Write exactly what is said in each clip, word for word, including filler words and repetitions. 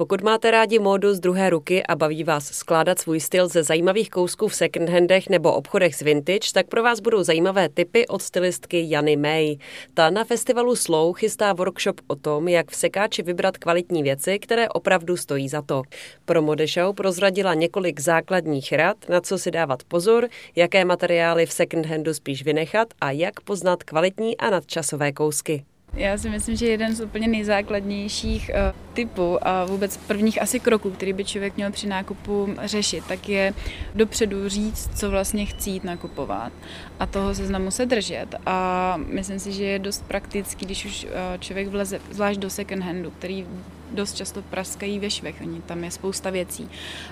Pokud máte rádi módu z druhé ruky a baví vás skládat svůj styl ze zajímavých kousků v secondhandech nebo obchodech s vintage, tak pro vás budou zajímavé tipy od stylistky Jany May. Ta na festivalu Slow chystá workshop o tom, jak v sekáči vybrat kvalitní věci, které opravdu stojí za to. Pro Modeshow prozradila několik základních rad, na co si dávat pozor, jaké materiály v secondhandu spíš vynechat a jak poznat kvalitní a nadčasové kousky. Já si myslím, že jeden z úplně nejzákladnějších uh, typů a vůbec prvních asi kroků, který by člověk měl při nákupu řešit, tak je dopředu říct, co vlastně chce jít nakupovat a toho seznamu se držet. A myslím si, že je dost praktický, když už uh, člověk vleze, zvlášť do second handu, který dost často praskají ve švech, tam je spousta věcí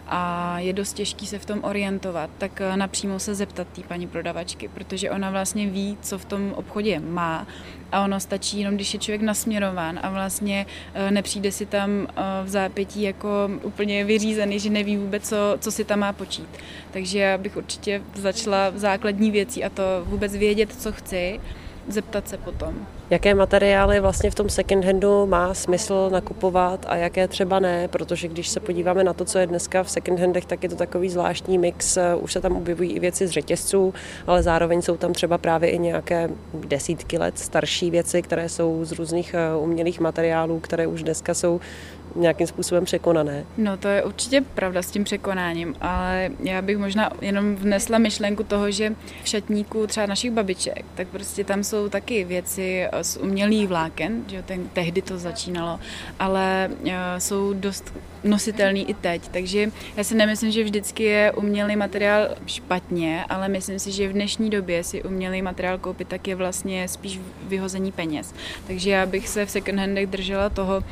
a je dost těžký se v tom orientovat, tak napřímo se zeptat té paní prodavačky, protože ona vlastně ví, co v tom obchodě má a ono stačí jenom, když je člověk nasměrován a vlastně nepřijde si tam v zápětí jako úplně vyřízený, že neví vůbec, co, co si tam má počít. Takže já bych určitě začala v základní věcí a to vůbec vědět, co chci, zeptat se potom. Jaké materiály vlastně v tom second handu má smysl nakupovat a jaké třeba ne, protože když se podíváme na to, co je dneska v second handech, tak je to takový zvláštní mix, už se tam objevují i věci z řetězců, ale zároveň jsou tam třeba právě i nějaké desítky let starší věci, které jsou z různých umělých materiálů, které už dneska jsou nějakým způsobem překonané. No to je určitě pravda s tím překonáním, ale já bych možná jenom vnesla myšlenku toho, že v šatníku třeba našich babiček, tak prostě tam jsou taky věci z umělých vláken, že ten, tehdy to začínalo, ale uh, jsou dost nositelný i teď, takže já si nemyslím, že vždycky je umělý materiál špatně, ale myslím si, že v dnešní době si umělý materiál koupit tak je vlastně spíš vyhození peněz. Takže já bych se v second handech držela toho,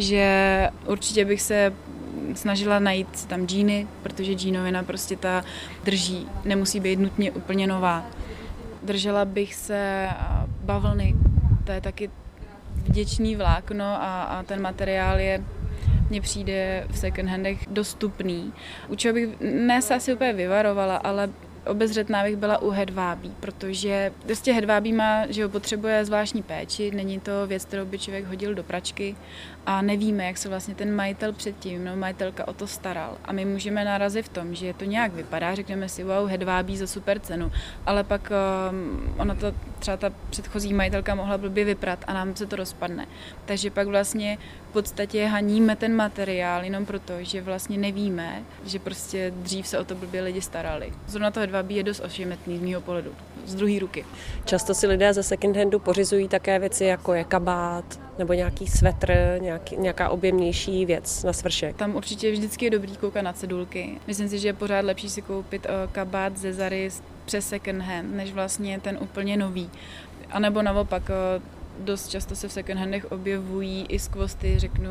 že určitě bych se snažila najít tam džíny, protože džínovina prostě ta drží, nemusí být nutně úplně nová. Držela bych se bavlny, to je taky vděčný vlákno a, a ten materiál je, mně přijde v second handech dostupný. U čeho bych ne se asi úplně vyvarovala, ale obezřetná bych byla u hedvábí, protože prostě hedvábí má, že ho potřebuje zvláštní péči, není to věc, kterou by člověk hodil do pračky a nevíme, jak se vlastně ten majitel předtím, no majitelka o to staral. A my můžeme narazit v tom, že to nějak vypadá, řekneme si, wow, hedvábí za super cenu, ale pak um, ona to, třeba ta předchozí majitelka mohla blbě vyprat a nám se to rozpadne. Takže pak vlastně v podstatě haníme ten materiál jenom proto, že vlastně nevíme, že prostě dřív se o to blbě lidi starali. Zrovna to hedvábí je dost ošemetný z mýho pohledu, z druhé ruky. Často si lidé ze second handu pořizují také věci, jako je kabát nebo nějaký svetr, nějaký, nějaká objemnější věc na svršek. Tam určitě vždycky je dobrý koukat na cedulky. Myslím si, že je pořád lepší si koupit kabát ze Zary přes second hand, než vlastně ten úplně nový. A nebo naopak, dost často se v second handech objevují i skvosty, řeknu,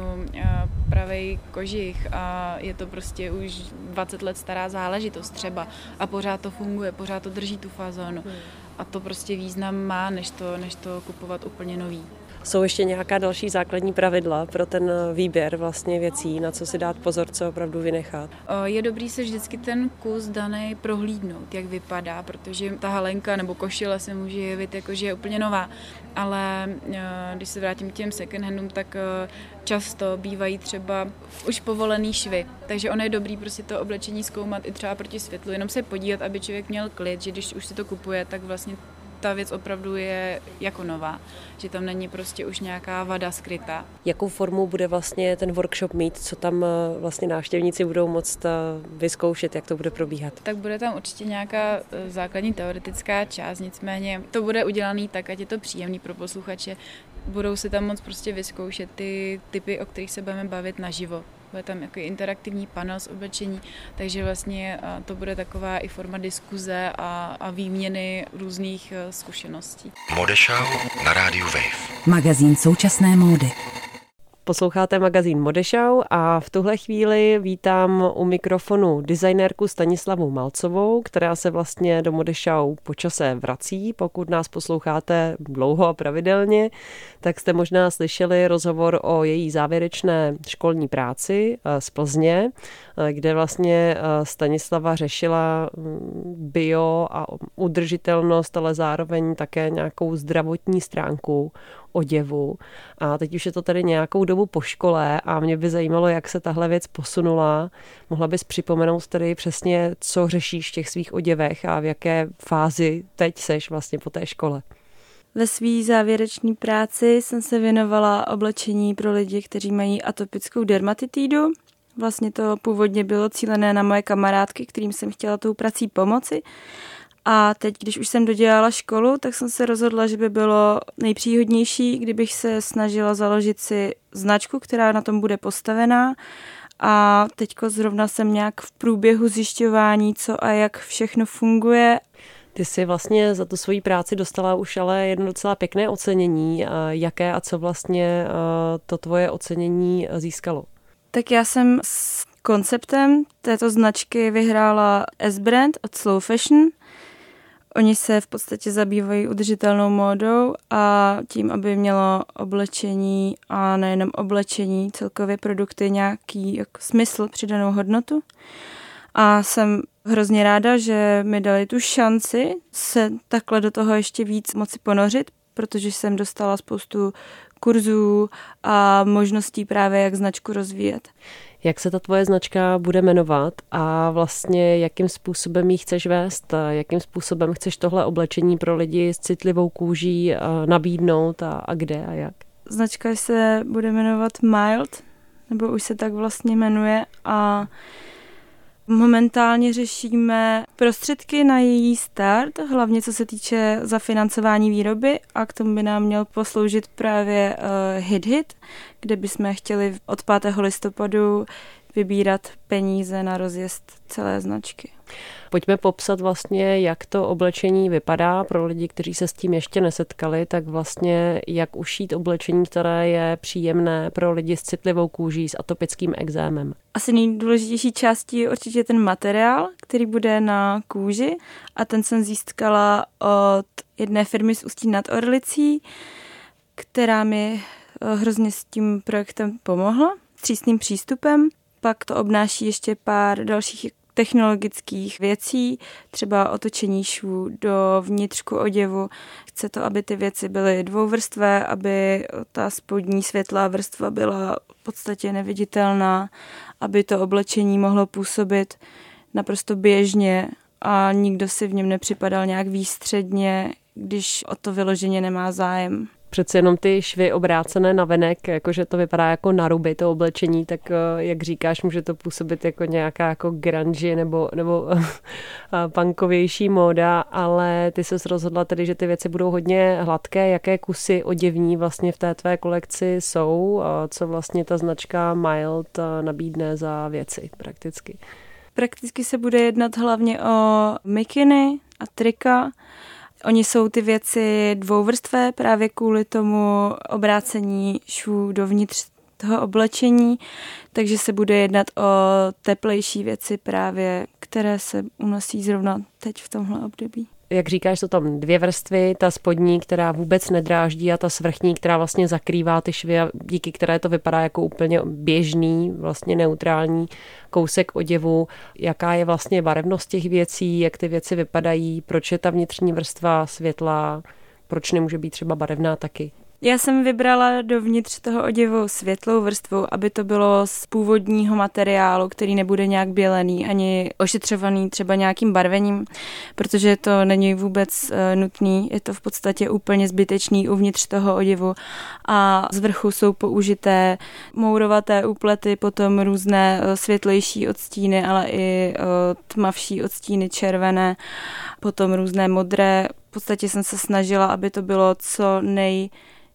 pravej kožich a je to prostě už dvacet let stará záležitost třeba a pořád to funguje, pořád to drží tu fazonu. Hmm. A to prostě význam má, než to, než to kupovat úplně nový. Jsou ještě nějaká další základní pravidla pro ten výběr vlastně věcí, na co si dát pozor, co opravdu vynechat? Je dobrý se vždycky ten kus daný prohlídnout, jak vypadá, protože ta halenka nebo košile se může jevit jako, že je úplně nová, ale když se vrátím k těm second handům, tak často bývají třeba už povolený švy, takže ono je dobrý prostě to oblečení zkoumat i třeba proti světlu, jenom se podívat, aby člověk měl klid, že když už si to kupuje, tak vlastně ta věc opravdu je jako nová, že tam není prostě už nějaká vada skrytá. Jakou formu bude vlastně ten workshop mít, co tam vlastně návštěvníci budou moct vyzkoušet, jak to bude probíhat? Tak bude tam určitě nějaká základní teoretická část, nicméně to bude udělaný tak, ať je to příjemný pro posluchače. Budou si tam moc prostě vyzkoušet ty typy, o kterých se budeme bavit naživo. Bude tam jako interaktivní panel z oblečení, takže vlastně to bude taková i forma diskuze a, a výměny různých zkušeností. Modeshow na rádiu Wave. Magazín současné módy. Posloucháte magazín Modeshow a v tuhle chvíli vítám u mikrofonu designérku Stanislavu Malcovou, která se vlastně do Modeshow po čase vrací. Pokud nás posloucháte dlouho a pravidelně, tak jste možná slyšeli rozhovor o její závěrečné školní práci z Plzně, kde vlastně Stanislava řešila bio a udržitelnost, ale zároveň také nějakou zdravotní stránku oděvu a teď už je to tady nějakou dobu po škole a mě by zajímalo, jak se tahle věc posunula. Mohla bys připomenout tedy přesně, co řešíš v těch svých oděvech a v jaké fázi teď seš vlastně po té škole? Ve své závěrečné práci jsem se věnovala oblečení pro lidi, kteří mají atopickou dermatitidu. Vlastně to původně bylo cílené na moje kamarádky, kterým jsem chtěla tou prací pomoci. A teď, když už jsem dodělala školu, tak jsem se rozhodla, že by bylo nejpříhodnější, kdybych se snažila založit si značku, která na tom bude postavená. A teďko zrovna jsem nějak v průběhu zjišťování, co a jak všechno funguje. Ty jsi vlastně za tu svoji práci dostala už ale jedno docela pěkné ocenění. Jaké a co vlastně to tvoje ocenění získalo? Tak já jsem s konceptem této značky vyhrála S-Brand od Slow Fashion. Oni se v podstatě zabývají udržitelnou módou a tím, aby mělo oblečení a nejenom oblečení, celkově produkty nějaký jako smysl, přidanou hodnotu. A jsem hrozně ráda, že mi dali tu šanci se takhle do toho ještě víc moci ponořit, protože jsem dostala spoustu kurzů a možností právě, jak značku rozvíjet. Jak se ta tvoje značka bude jmenovat a vlastně jakým způsobem ji chceš vést? Jakým způsobem chceš tohle oblečení pro lidi s citlivou kůží nabídnout a, a kde a jak? Značka se bude jmenovat Mild, nebo už se tak vlastně jmenuje a momentálně řešíme prostředky na její start, hlavně co se týče zafinancování výroby a k tomu by nám měl posloužit právě uh, Hit Hit, kde bychom chtěli od pátého listopadu vybírat peníze na rozjezd celé značky. Pojďme popsat vlastně, jak to oblečení vypadá pro lidi, kteří se s tím ještě nesetkali, tak vlastně jak ušít oblečení, které je příjemné pro lidi s citlivou kůží, s atopickým ekzémem. Asi nejdůležitější částí je určitě ten materiál, který bude na kůži a ten jsem získala od jedné firmy z Ústí nad Orlicí, která mi hrozně s tím projektem pomohla, vstřícným přístupem. Pak to obnáší ještě pár dalších technologických věcí, třeba otočení švů do vnitřku oděvu. Chce to, aby ty věci byly dvouvrstvé, aby ta spodní světlá vrstva byla v podstatě neviditelná, aby to oblečení mohlo působit naprosto běžně a nikdo si v něm nepřipadal nějak výstředně, když o to vyloženě nemá zájem. Přece jenom ty švy obrácené na venek, jakože to vypadá jako na ruby, to oblečení, tak jak říkáš, může to působit jako nějaká jako grunge nebo, nebo punkovější móda, ale ty ses rozhodla tedy, že ty věci budou hodně hladké. Jaké kusy oděvní vlastně v té tvé kolekci jsou? Co vlastně ta značka Mild nabídne za věci prakticky? Prakticky se bude jednat hlavně o mikiny a trika. Oni jsou ty věci dvouvrstvé právě kvůli tomu obrácení švů dovnitř toho oblečení, takže se bude jednat o teplejší věci právě, které se unosí zrovna teď v tomhle období. Jak říkáš, jsou tam dvě vrstvy, ta spodní, která vůbec nedráždí a ta svrchní, která vlastně zakrývá ty švy a díky které to vypadá jako úplně běžný, vlastně neutrální kousek oděvu. Jaká je vlastně barevnost těch věcí, jak ty věci vypadají, proč je ta vnitřní vrstva světlá, proč nemůže být třeba barevná taky? Já jsem vybrala dovnitř toho oděvu světlou vrstvu, aby to bylo z původního materiálu, který nebude nějak bělený ani ošetřovaný třeba nějakým barvením, protože to není vůbec nutný, je to v podstatě úplně zbytečný uvnitř toho oděvu a z vrchu jsou použité mourovaté úplety, potom různé světlejší odstíny, ale i tmavší odstíny červené, potom různé modré. V podstatě jsem se snažila, aby to bylo co nej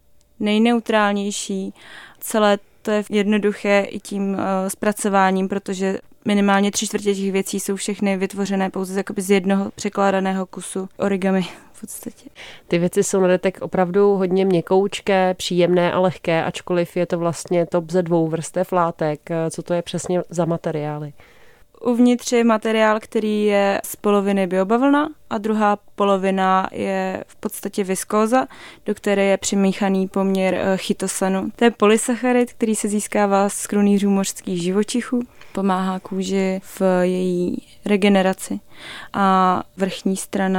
nejneutrálnější. Celé to je jednoduché i tím uh, zpracováním, protože minimálně tři čtvrtě těch věcí jsou všechny vytvořené pouze jakoby z jednoho překládaného kusu origami v podstatě. Ty věci jsou na dotek opravdu hodně měkoučké, příjemné a lehké, ačkoliv je to vlastně top ze dvou vrstev látek. Co to je přesně za materiály? Uvnitř je materiál, který je z poloviny biobavlna a druhá polovina je v podstatě viskóza, do které je přimíchaný poměr chytosanu. To je polysacharid, který se získává z krunýřů mořských živočichů, pomáhá kůži v její regeneraci. A vrchní strana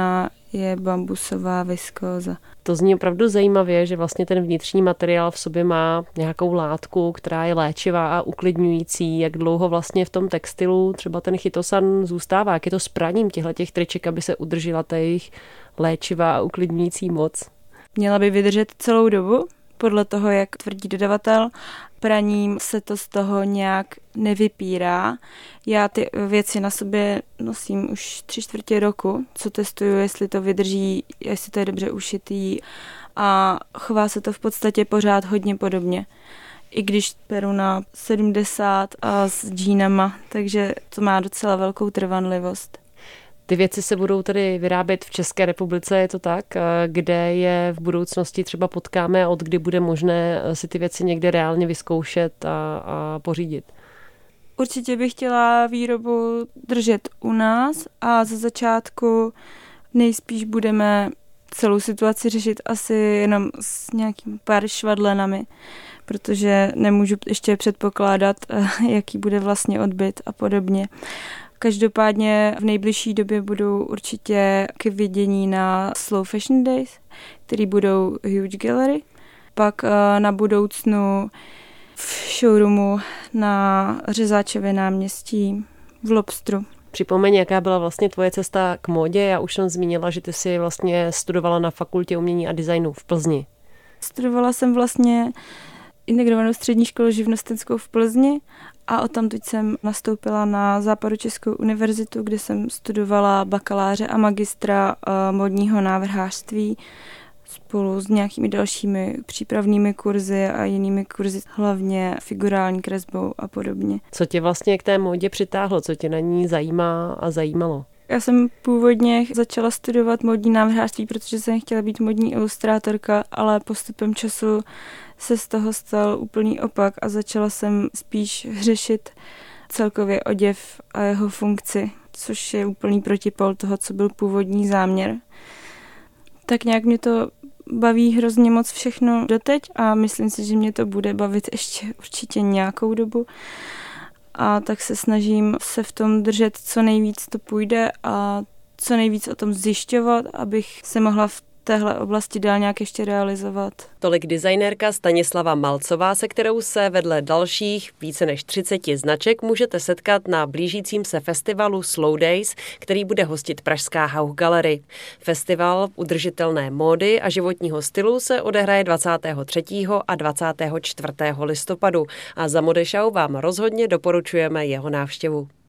je bambusová viskóza. To zní opravdu zajímavě, že vlastně ten vnitřní materiál v sobě má nějakou látku, která je léčivá a uklidňující. Jak dlouho vlastně v tom textilu třeba ten chitosan zůstává? Jak je to s praním těchto triček, aby se udržela ta jejich léčivá a uklidňující moc? Měla by vydržet celou dobu, podle toho, jak tvrdí dodavatel. Praním se to z toho nějak nevypírá. Já ty věci na sobě nosím už tři čtvrtě roku, co testuju, jestli to vydrží, jestli to je dobře ušitý a chová se to v podstatě pořád hodně podobně. I když peru na sedmdesát a s džínama, takže to má docela velkou trvanlivost. Ty věci se budou tedy vyrábět v České republice, je to tak? Kde je v budoucnosti třeba potkáme a od kdy bude možné si ty věci někde reálně vyzkoušet a, a pořídit? Určitě bych chtěla výrobu držet u nás a ze začátku nejspíš budeme celou situaci řešit asi jenom s nějakým pár švadlenami, protože nemůžu ještě předpokládat, jaký bude vlastně odbyt a podobně. Každopádně v nejbližší době budou určitě k vidění na Slow Fashion Days, který budou Huge Gallery. Pak na budoucnu v showroomu na Řezáčevě náměstí v Lobstru. Připomeň, jaká byla vlastně tvoje cesta k módě. Já už jsem zmínila, že ty jsi vlastně studovala na Fakultě umění a designu v Plzni. Studovala jsem vlastně integrovanou střední školu živnostenskou v Plzni a odtamtud jsem nastoupila na Západočeskou univerzitu, kde jsem studovala bakaláře a magistra módního návrhářství spolu s nějakými dalšími přípravnými kurzy a jinými kurzy, hlavně figurální kresbou a podobně. Co tě vlastně k té módě přitáhlo? Co tě na ní zajímá a zajímalo? Já jsem původně začala studovat módní návrhářství, protože jsem chtěla být módní ilustrátorka, ale postupem času se z toho stal úplný opak a začala jsem spíš řešit celkově oděv a jeho funkci, což je úplný protipol toho, co byl původní záměr. Tak nějak mě to baví hrozně moc všechno doteď a myslím si, že mě to bude bavit ještě určitě nějakou dobu. A tak se snažím se v tom držet, co nejvíc to půjde a co nejvíc o tom zjišťovat, abych se mohla v téhle oblasti dál nějak ještě realizovat. Tolik designérka Stanislava Malcová, se kterou se vedle dalších více než třiceti značek můžete setkat na blížícím se festivalu Slow Days, který bude hostit pražská Hauch Gallery. Festival udržitelné módy a životního stylu se odehraje dvacátého třetího a dvacátého čtvrtého listopadu a za Modešau vám rozhodně doporučujeme jeho návštěvu.